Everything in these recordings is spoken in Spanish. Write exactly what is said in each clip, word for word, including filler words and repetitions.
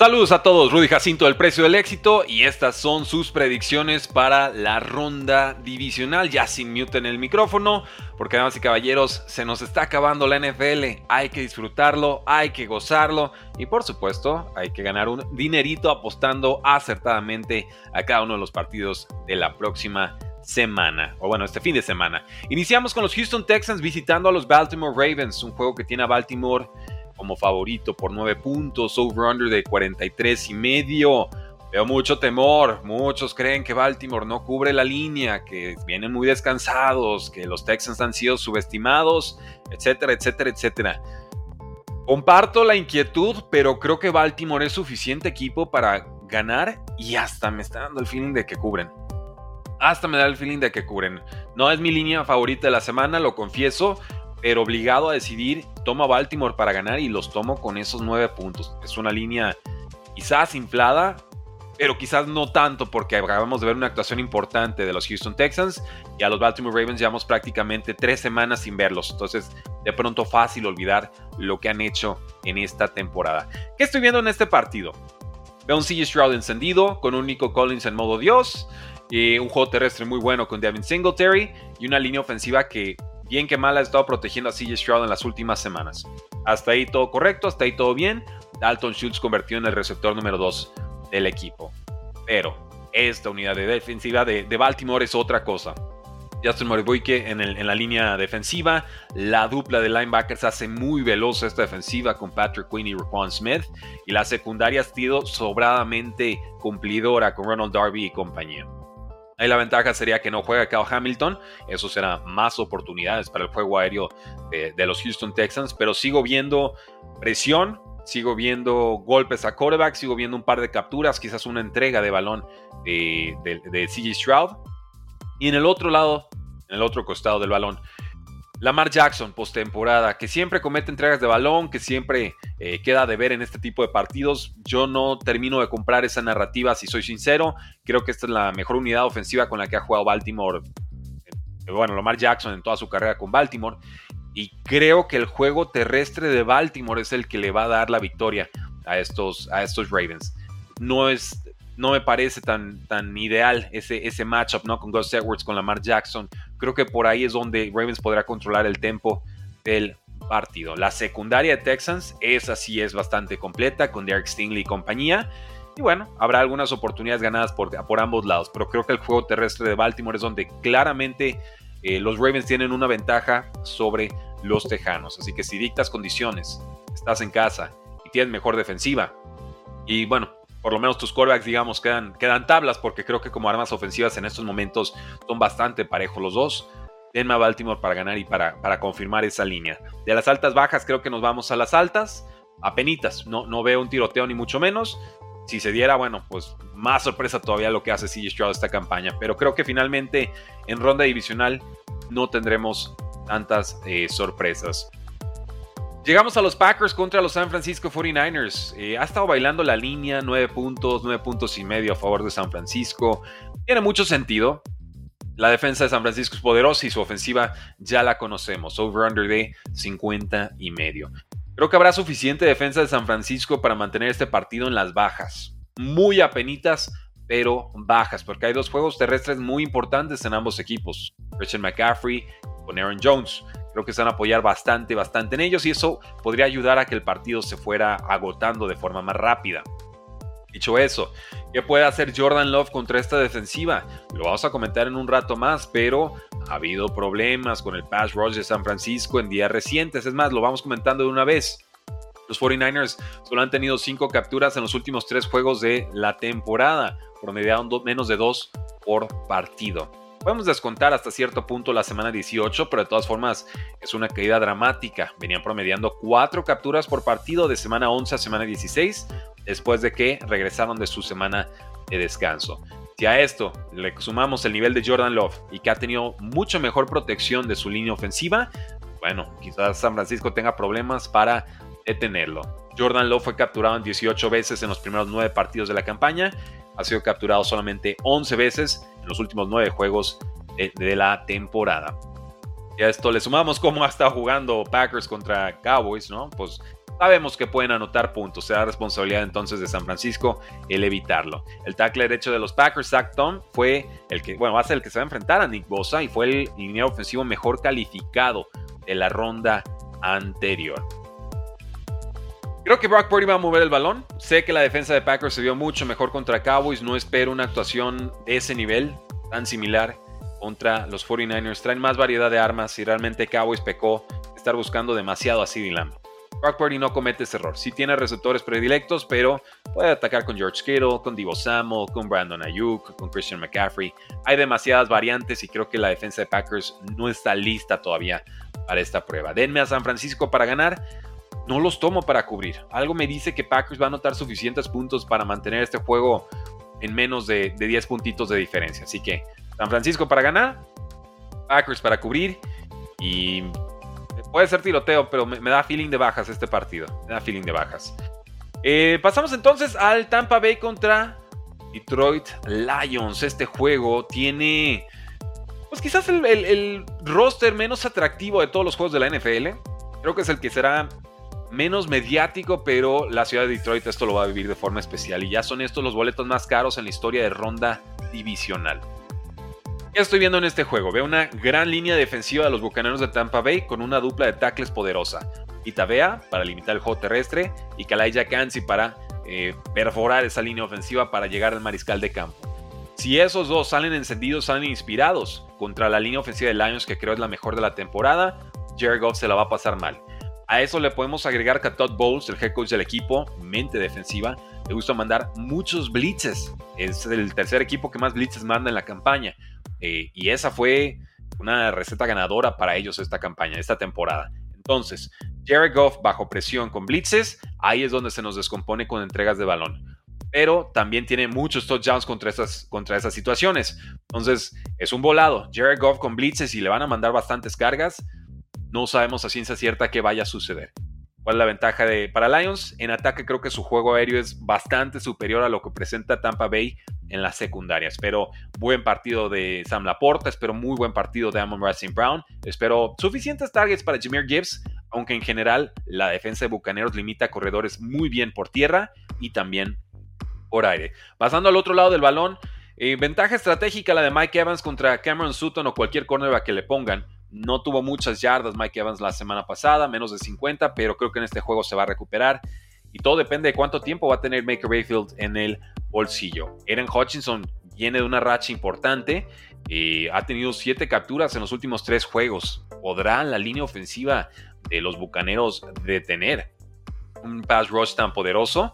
Saludos a todos, Rudy Jacinto del Precio del Éxito y estas son sus predicciones para la ronda divisional, ya sin mute en el micrófono, porque damas y caballeros, se nos está acabando la N F L, hay que disfrutarlo, hay que gozarlo y por supuesto hay que ganar un dinerito apostando acertadamente a cada uno de los partidos de la próxima semana, o bueno, este fin de semana. Iniciamos con los Houston Texans visitando a los Baltimore Ravens, un juego que tiene a Baltimore como favorito por nueve puntos, over-under de cuarenta y tres y medio. Veo mucho temor, muchos creen que Baltimore no cubre la línea, que vienen muy descansados, que los Texans han sido subestimados, etcétera, etcétera, etcétera. Comparto la inquietud, pero creo que Baltimore es suficiente equipo para ganar y hasta me está dando el feeling de que cubren. Hasta me da el feeling de que cubren. No es mi línea favorita de la semana, lo confieso, pero obligado a decidir, tomo a Baltimore para ganar y los tomo con esos nueve puntos. Es una línea quizás inflada, pero quizás no tanto porque acabamos de ver una actuación importante de los Houston Texans y a los Baltimore Ravens llevamos prácticamente tres semanas sin verlos. Entonces, de pronto fácil olvidar lo que han hecho en esta temporada. ¿Qué estoy viendo en este partido? Veo un C J Stroud encendido, con un Nico Collins en modo Dios, eh, un juego terrestre muy bueno con Devin Singletary y una línea ofensiva que bien que mal ha estado protegiendo a C J Stroud en las últimas semanas. Hasta ahí todo correcto, hasta ahí todo bien. Dalton Schultz convertido en el receptor número dos del equipo. Pero esta unidad de defensiva de, de Baltimore es otra cosa. Justin Moribuike en, el, en la línea defensiva. La dupla de linebackers hace muy veloz esta defensiva con Patrick Quinn y Roquan Smith. Y la secundaria ha sido sobradamente cumplidora con Ronald Darby y compañía. Ahí la ventaja sería que no juega Kyle Hamilton. Eso será más oportunidades para el juego aéreo de, de los Houston Texans. Pero sigo viendo presión, sigo viendo golpes a quarterback, sigo viendo un par de capturas, quizás una entrega de balón de, de, de C J Stroud. Y en el otro lado, en el otro costado del balón, Lamar Jackson postemporada, que siempre comete entregas de balón, que siempre eh, queda de ver en este tipo de partidos. Yo no termino de comprar esa narrativa, si soy sincero. Creo que esta es la mejor unidad ofensiva con la que ha jugado Baltimore. Eh, bueno, Lamar Jackson en toda su carrera con Baltimore. Y creo que el juego terrestre de Baltimore es el que le va a dar la victoria a estos, a estos Ravens. No es... No me parece tan, tan ideal ese, ese matchup, ¿no? Con Gus Edwards, con Lamar Jackson. Creo que por ahí es donde Ravens podrá controlar el tempo del partido. La secundaria de Texans, esa sí es bastante completa, con Derek Stingley y compañía. Y bueno, habrá algunas oportunidades ganadas por, por ambos lados. Pero creo que el juego terrestre de Baltimore es donde claramente eh, los Ravens tienen una ventaja sobre los Tejanos. Así que si dictas condiciones, estás en casa y tienes mejor defensiva. Y bueno, por lo menos tus quarterbacks, digamos, quedan, quedan tablas, porque creo que como armas ofensivas en estos momentos son bastante parejos los dos. Denme a Baltimore para ganar y para, para confirmar esa línea. De las altas bajas creo que nos vamos a las altas, apenitas, no, no veo un tiroteo ni mucho menos. Si se diera, bueno, pues más sorpresa todavía lo que hace C J Stroud esta campaña. Pero creo que finalmente en ronda divisional no tendremos tantas eh, sorpresas. Llegamos a los Packers contra los San Francisco cuarenta y nueve ers. Eh, ha estado bailando la línea, nueve puntos, nueve puntos y medio a favor de San Francisco. Tiene mucho sentido. La defensa de San Francisco es poderosa y su ofensiva ya la conocemos. Over-under de cincuenta y medio. Creo que habrá suficiente defensa de San Francisco para mantener este partido en las bajas. Muy apenitas, pero bajas, porque hay dos juegos terrestres muy importantes en ambos equipos. Christian McCaffrey con Aaron Jones. Creo que se van a apoyar bastante, bastante en ellos y eso podría ayudar a que el partido se fuera agotando de forma más rápida. Dicho eso, ¿qué puede hacer Jordan Love contra esta defensiva? Lo vamos a comentar en un rato más, pero ha habido problemas con el pass rush de San Francisco en días recientes. Es más, lo vamos comentando de una vez. Los cuarenta y nueve ers solo han tenido cinco capturas en los últimos tres juegos de la temporada, promediando menos de dos por partido. Podemos descontar hasta cierto punto la semana dieciocho, pero de todas formas es una caída dramática. Venían promediando cuatro capturas por partido de semana once a semana dieciséis, después de que regresaron de su semana de descanso. Si a esto le sumamos el nivel de Jordan Love y que ha tenido mucho mejor protección de su línea ofensiva, bueno, quizás San Francisco tenga problemas para detenerlo. Jordan Love fue capturado en dieciocho veces en los primeros nueve partidos de la campaña. Ha sido capturado solamente once veces en los últimos nueve juegos de, de la temporada. Y a esto le sumamos cómo ha estado jugando Packers contra Cowboys, ¿no? Pues sabemos que pueden anotar puntos. Será responsabilidad entonces de San Francisco el evitarlo. El tackle derecho de los Packers, Zach Tom, fue el que, bueno, va a ser el que se va a enfrentar a Nick Bosa y fue el liniero ofensivo mejor calificado de la ronda anterior. Creo que Brock Purdy va a mover el balón. Sé que la defensa de Packers se vio mucho mejor contra Cowboys. No espero una actuación de ese nivel, tan similar contra los cuarenta y nueve ers. Traen más variedad de armas y realmente Cowboys pecó de estar buscando demasiado a CeeDee Lamb. Brock Purdy no comete ese error. Sí tiene receptores predilectos, pero puede atacar con George Kittle, con Deebo Samuel, con Brandon Ayuk, con Christian McCaffrey. Hay demasiadas variantes y creo que la defensa de Packers no está lista todavía para esta prueba. Denme a San Francisco para ganar. No los tomo para cubrir. Algo me dice que Packers va a anotar suficientes puntos para mantener este juego en menos de, de diez puntitos de diferencia. Así que San Francisco para ganar, Packers para cubrir y puede ser tiroteo, pero me, me da feeling de bajas este partido. Me da feeling de bajas. Eh, pasamos entonces al Tampa Bay contra Detroit Lions. Este juego tiene, pues quizás el, el, el roster menos atractivo de todos los juegos de la N F L. Creo que es el que será menos mediático, pero la ciudad de Detroit esto lo va a vivir de forma especial. Y ya son estos los boletos más caros en la historia de ronda divisional. ¿Qué estoy viendo en este juego? Veo una gran línea defensiva de los Bucaneros de Tampa Bay con una dupla de tackles poderosa. Vita Vea para limitar el juego terrestre y Kalijah Kancey para eh, perforar esa línea ofensiva para llegar al mariscal de campo. Si esos dos salen encendidos, salen inspirados contra la línea ofensiva de Lions, que creo es la mejor de la temporada, Jared Goff se la va a pasar mal. A eso le podemos agregar que a Todd Bowles, el head coach del equipo, mente defensiva, le gusta mandar muchos blitzes. Es el tercer equipo que más blitzes manda en la campaña. Eh, y esa fue una receta ganadora para ellos esta campaña, esta temporada. Entonces, Jared Goff bajo presión con blitzes, ahí es donde se nos descompone con entregas de balón. Pero también tiene muchos touchdowns contra esas, contra esas situaciones. Entonces, es un volado. Jared Goff con blitzes y le van a mandar bastantes cargas. No sabemos a ciencia cierta qué vaya a suceder. ¿Cuál es la ventaja de, para Lions? En ataque creo que su juego aéreo es bastante superior a lo que presenta Tampa Bay en las secundarias. Espero buen partido de Sam Laporta, espero muy buen partido de Amon-Ra Saint Brown, espero suficientes targets para Jahmyr Gibbs, aunque en general la defensa de Bucaneros limita a corredores muy bien por tierra y también por aire. Pasando al otro lado del balón, eh, ventaja estratégica la de Mike Evans contra Cameron Sutton o cualquier cornerback que le pongan. No tuvo muchas yardas Mike Evans la semana pasada, menos de cincuenta, pero creo que en este juego se va a recuperar. Y todo depende de cuánto tiempo va a tener Baker Mayfield en el bolsillo. Aiden Hutchinson viene de una racha importante. Eh, ha tenido siete capturas en los últimos tres juegos. ¿Podrá la línea ofensiva de los Bucaneros detener un pass rush tan poderoso?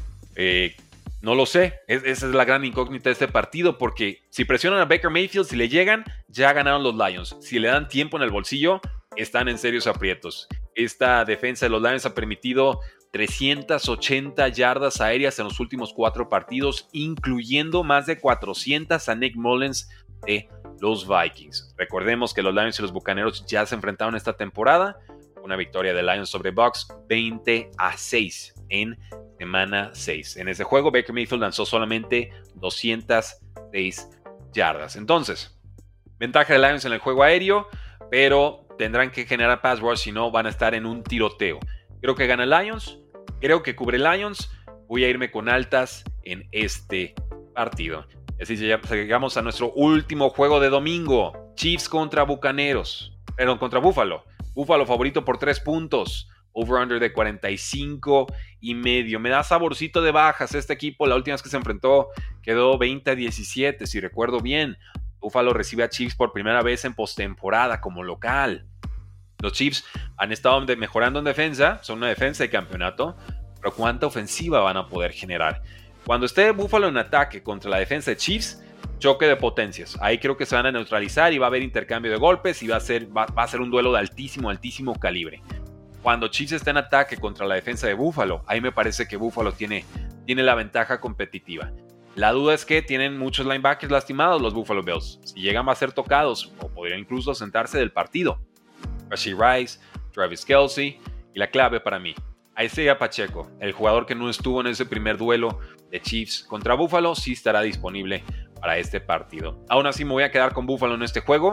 Eh, No lo sé, es, esa es la gran incógnita de este partido, porque si presionan a Baker Mayfield, si le llegan, ya ganaron los Lions. Si le dan tiempo en el bolsillo, están en serios aprietos. Esta defensa de los Lions ha permitido trescientas ochenta yardas aéreas en los últimos cuatro partidos, incluyendo más de cuatrocientas a Nick Mullens de los Vikings. Recordemos que los Lions y los Bucaneros ya se enfrentaron esta temporada. Una victoria de Lions sobre Bucs veinte a seis en semana seis. En ese juego Baker Mayfield lanzó solamente doscientas seis yardas. Entonces, ventaja de Lions en el juego aéreo, pero tendrán que generar pass rush, si no van a estar en un tiroteo. Creo que gana Lions, creo que cubre Lions. Voy a irme con altas en este partido. Así llegamos a nuestro último juego de domingo. Chiefs contra Bucaneros. Perdón, contra Buffalo. Buffalo favorito por tres puntos. Over-under de cuarenta y cinco y medio. Me da saborcito de bajas este equipo. La última vez que se enfrentó quedó veinte a diecisiete, si recuerdo bien. Buffalo recibe a Chiefs por primera vez en postemporada como local. Los Chiefs han estado mejorando en defensa. Son una defensa de campeonato. Pero ¿cuánta ofensiva van a poder generar? Cuando esté Buffalo en ataque contra la defensa de Chiefs, choque de potencias. Ahí creo que se van a neutralizar y va a haber intercambio de golpes y va a ser, va, va a ser un duelo de altísimo, altísimo calibre. Cuando Chiefs está en ataque contra la defensa de Buffalo, ahí me parece que Buffalo tiene, tiene la ventaja competitiva. La duda es que tienen muchos linebackers lastimados los Buffalo Bills. Si llegan a ser tocados, o podrían incluso sentarse del partido. Rashee Rice, Travis Kelce y la clave para mí, Isaiah Pacheco, el jugador que no estuvo en ese primer duelo de Chiefs contra Buffalo, sí estará disponible para este partido. Aún así me voy a quedar con Buffalo en este juego.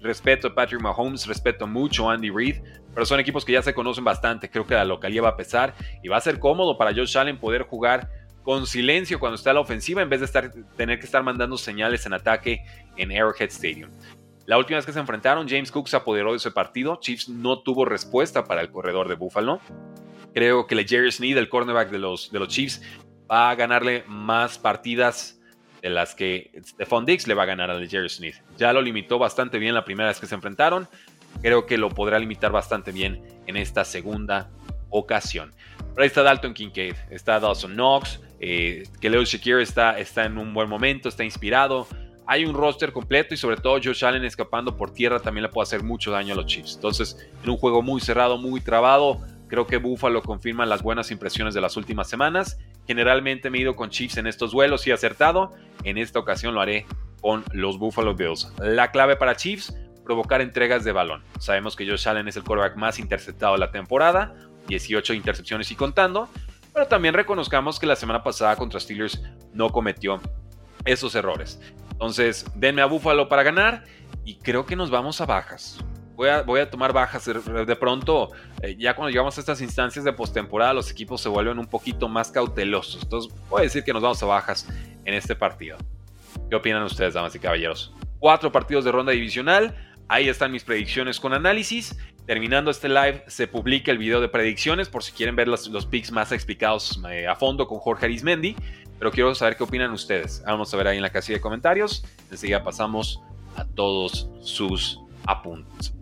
respeto a Patrick Mahomes, respeto mucho a Andy Reid, pero son equipos que ya se conocen bastante. Creo que la localía va a pesar y va a ser cómodo para Josh Allen poder jugar con silencio cuando está a la ofensiva en vez de estar, tener que estar mandando señales en ataque en Arrowhead Stadium. La última vez que se enfrentaron, James Cook se apoderó de ese partido. Chiefs no tuvo respuesta para el corredor de Buffalo. Creo que L'Jarius Sneed, el cornerback de los, de los Chiefs, va a ganarle más partidas de las que Stephon Diggs le va a ganar a L'Jarius Sneed. Ya lo limitó bastante bien la primera vez que se enfrentaron. Creo que lo podrá limitar bastante bien en esta segunda ocasión. Pero ahí está Dalton Kincaid, está Dawson Knox, eh, Khalil Shakir está, está en un buen momento, está inspirado. Hay un roster completo y sobre todo Josh Allen escapando por tierra también le puede hacer mucho daño a los Chiefs. Entonces, en un juego muy cerrado, muy trabado, creo que Buffalo confirma las buenas impresiones de las últimas semanas. Generalmente me he ido con Chiefs en estos duelos y he acertado. En esta ocasión lo haré con los Buffalo Bills. La clave para Chiefs, provocar entregas de balón. Sabemos que Josh Allen es el quarterback más interceptado de la temporada, dieciocho intercepciones y contando, pero también reconozcamos que la semana pasada contra Steelers no cometió esos errores. Entonces, denme a Buffalo para ganar y creo que nos vamos a bajas. Voy a, voy a tomar bajas. De pronto, eh, ya cuando llegamos a estas instancias de postemporada, los equipos se vuelven un poquito más cautelosos. Entonces, voy a decir que nos vamos a bajas en este partido. ¿Qué opinan ustedes, damas y caballeros? Cuatro partidos de ronda divisional. Ahí están mis predicciones con análisis. Terminando este live, se publica el video de predicciones por si quieren ver los, los picks más explicados eh, a fondo con Jorge Arizmendi. Pero quiero saber qué opinan ustedes. Vamos a ver ahí en la casilla de comentarios. Enseguida pasamos a todos sus apuntes.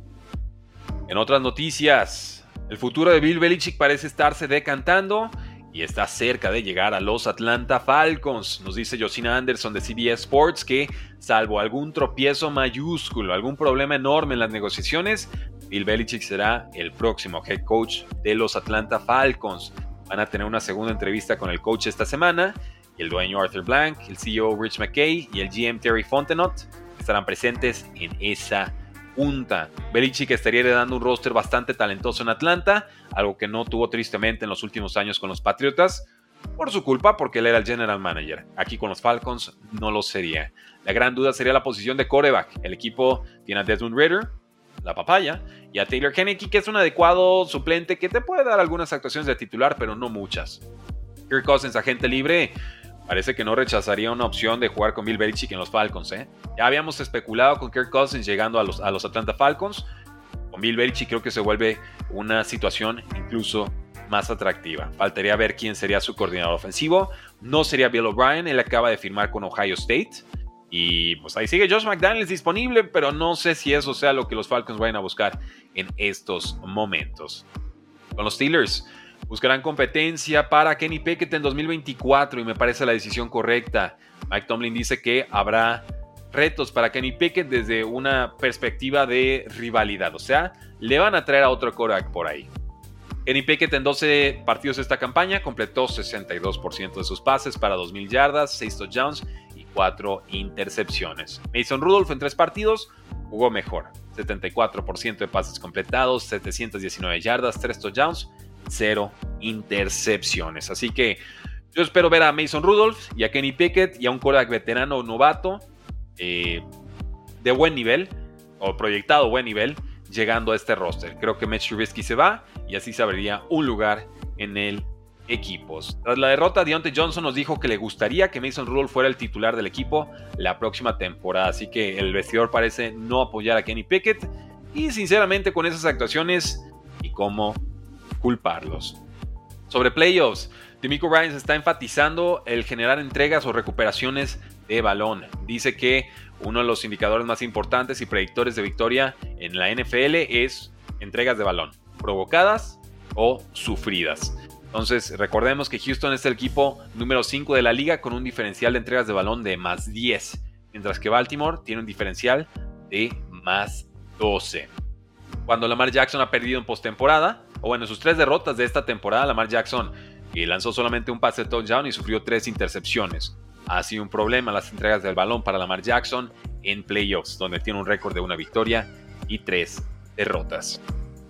En otras noticias, el futuro de Bill Belichick parece estarse decantando y está cerca de llegar a los Atlanta Falcons. Nos dice Josina Anderson de C B S Sports que, salvo algún tropiezo mayúsculo, algún problema enorme en las negociaciones, Bill Belichick será el próximo head coach de los Atlanta Falcons. Van a tener una segunda entrevista con el coach esta semana y el dueño Arthur Blank, el C E O Rich McKay y el G M Terry Fontenot estarán presentes en esa junta. Belichick estaría heredando un roster bastante talentoso en Atlanta, algo que no tuvo tristemente en los últimos años con los Patriotas, por su culpa, porque él era el general manager. Aquí con los Falcons no lo sería. La gran duda sería la posición de quarterback. El equipo tiene a Desmond Ridder, la papaya, y a Taylor Heinicke, que es un adecuado suplente que te puede dar algunas actuaciones de titular, pero no muchas. Kirk Cousins, agente libre, parece que no rechazaría una opción de jugar con Bill Belichick en los Falcons, ¿eh? Ya habíamos especulado con Kirk Cousins llegando a los, a los Atlanta Falcons. Con Bill Belichick creo que se vuelve una situación incluso más atractiva. Faltaría ver quién sería su coordinador ofensivo. No sería Bill O'Brien, él acaba de firmar con Ohio State. Y pues ahí sigue Josh McDaniels disponible, pero no sé si eso sea lo que los Falcons vayan a buscar en estos momentos. Con los Steelers, buscarán competencia para Kenny Pickett en dos mil veinticuatro y me parece la decisión correcta. Mike Tomlin dice que habrá retos para Kenny Pickett desde una perspectiva de rivalidad, o sea, le van a traer a otro quarterback por ahí. Kenny Pickett en doce partidos de esta campaña completó sesenta y dos por ciento de sus pases para dos mil yardas, seis touchdowns y cuatro intercepciones. Mason Rudolph en tres partidos jugó mejor, setenta y cuatro por ciento de pases completados, setecientas diecinueve yardas, tres touchdowns, cero intercepciones. Así que yo espero ver a Mason Rudolph y a Kenny Pickett y a un quarterback veterano o novato eh, de buen nivel o proyectado buen nivel llegando a este roster. Creo que Mitch Trubisky se va y así se abriría un lugar en el equipo. Tras la derrota, Deontay Johnson nos dijo que le gustaría que Mason Rudolph fuera el titular del equipo la próxima temporada, así que el vestidor parece no apoyar a Kenny Pickett y sinceramente con esas actuaciones y cómo culparlos. Sobre playoffs, DeMeco Ryans está enfatizando el generar entregas o recuperaciones de balón. Dice que uno de los indicadores más importantes y predictores de victoria en la N F L es entregas de balón, provocadas o sufridas. Entonces, recordemos que Houston es el equipo número cinco de la liga con un diferencial de entregas de balón de más diez, mientras que Baltimore tiene un diferencial de más doce. Cuando Lamar Jackson ha perdido en postemporada, o bueno, en sus tres derrotas de esta temporada, Lamar Jackson eh, lanzó solamente un pase de touchdown y sufrió tres intercepciones. Ha sido un problema las entregas del balón para Lamar Jackson en playoffs, donde tiene un récord de una victoria y tres derrotas.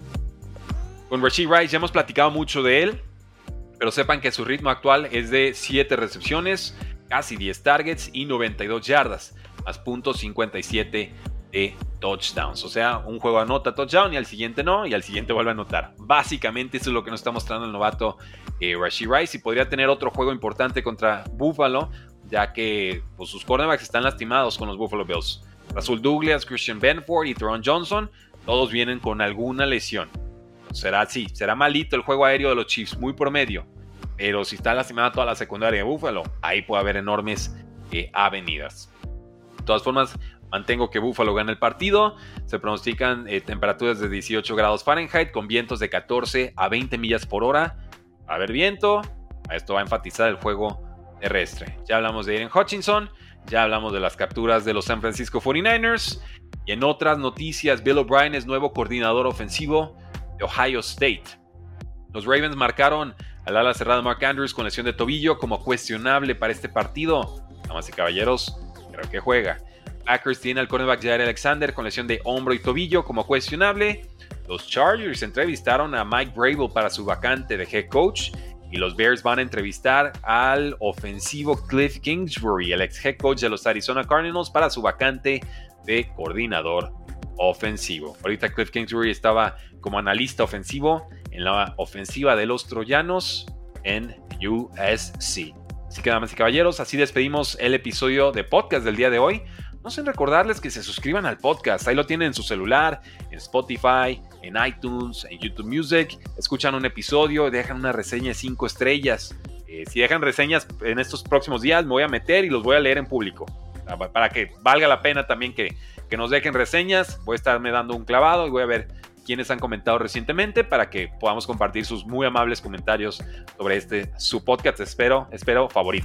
Con Rashee Rice ya hemos platicado mucho de él, pero sepan que su ritmo actual es de siete recepciones, casi diez targets y noventa y dos yardas, más punto cincuenta y siete de touchdowns. O sea, un juego anota touchdown y al siguiente no, y al siguiente vuelve a anotar. Básicamente eso es lo que nos está mostrando el novato eh, Rashee Rice, y podría tener otro juego importante contra Buffalo, ya que pues, sus cornerbacks están lastimados con los Buffalo Bills. Rasul Douglas, Christian Benford y Teron Johnson, todos vienen con alguna lesión. Será así, será malito el juego aéreo de los Chiefs, muy promedio. Pero si está lastimada toda la secundaria de Buffalo, ahí puede haber enormes eh, avenidas. De todas formas, mantengo que Buffalo gana el partido. Se pronostican eh, temperaturas de dieciocho grados Fahrenheit con vientos de catorce a veinte millas por hora. Va a haber viento. Esto va a enfatizar el juego terrestre. Ya hablamos de Aiden Hutchinson. Ya hablamos de las capturas de los San Francisco cuarenta y nueve ers. Y en otras noticias, Bill O'Brien es nuevo coordinador ofensivo de Ohio State. Los Ravens marcaron al ala cerrada Mark Andrews con lesión de tobillo como cuestionable para este partido. Damas y caballeros, creo que juega. Packers tiene al cornerback Jair Alexander con lesión de hombro y tobillo como cuestionable. Los Chargers entrevistaron a Mike Vrabel para su vacante de head coach. Y los Bears van a entrevistar al ofensivo Cliff Kingsbury, el ex head coach de los Arizona Cardinals, para su vacante de coordinador ofensivo. Ahorita Cliff Kingsbury estaba como analista ofensivo en la ofensiva de los troyanos en U S C. Así que, damas y caballeros, así despedimos el episodio de podcast del día de hoy. No sin recordarles que se suscriban al podcast. Ahí lo tienen en su celular, en Spotify, en iTunes, en YouTube Music. Escuchan un episodio, dejan una reseña de cinco estrellas. Eh, si dejan reseñas en estos próximos días, me voy a meter y los voy a leer en público. Para que valga la pena también que, que nos dejen reseñas. Voy a estarme dando un clavado y voy a ver quiénes han comentado recientemente para que podamos compartir sus muy amables comentarios sobre este su podcast. Espero, espero favorito.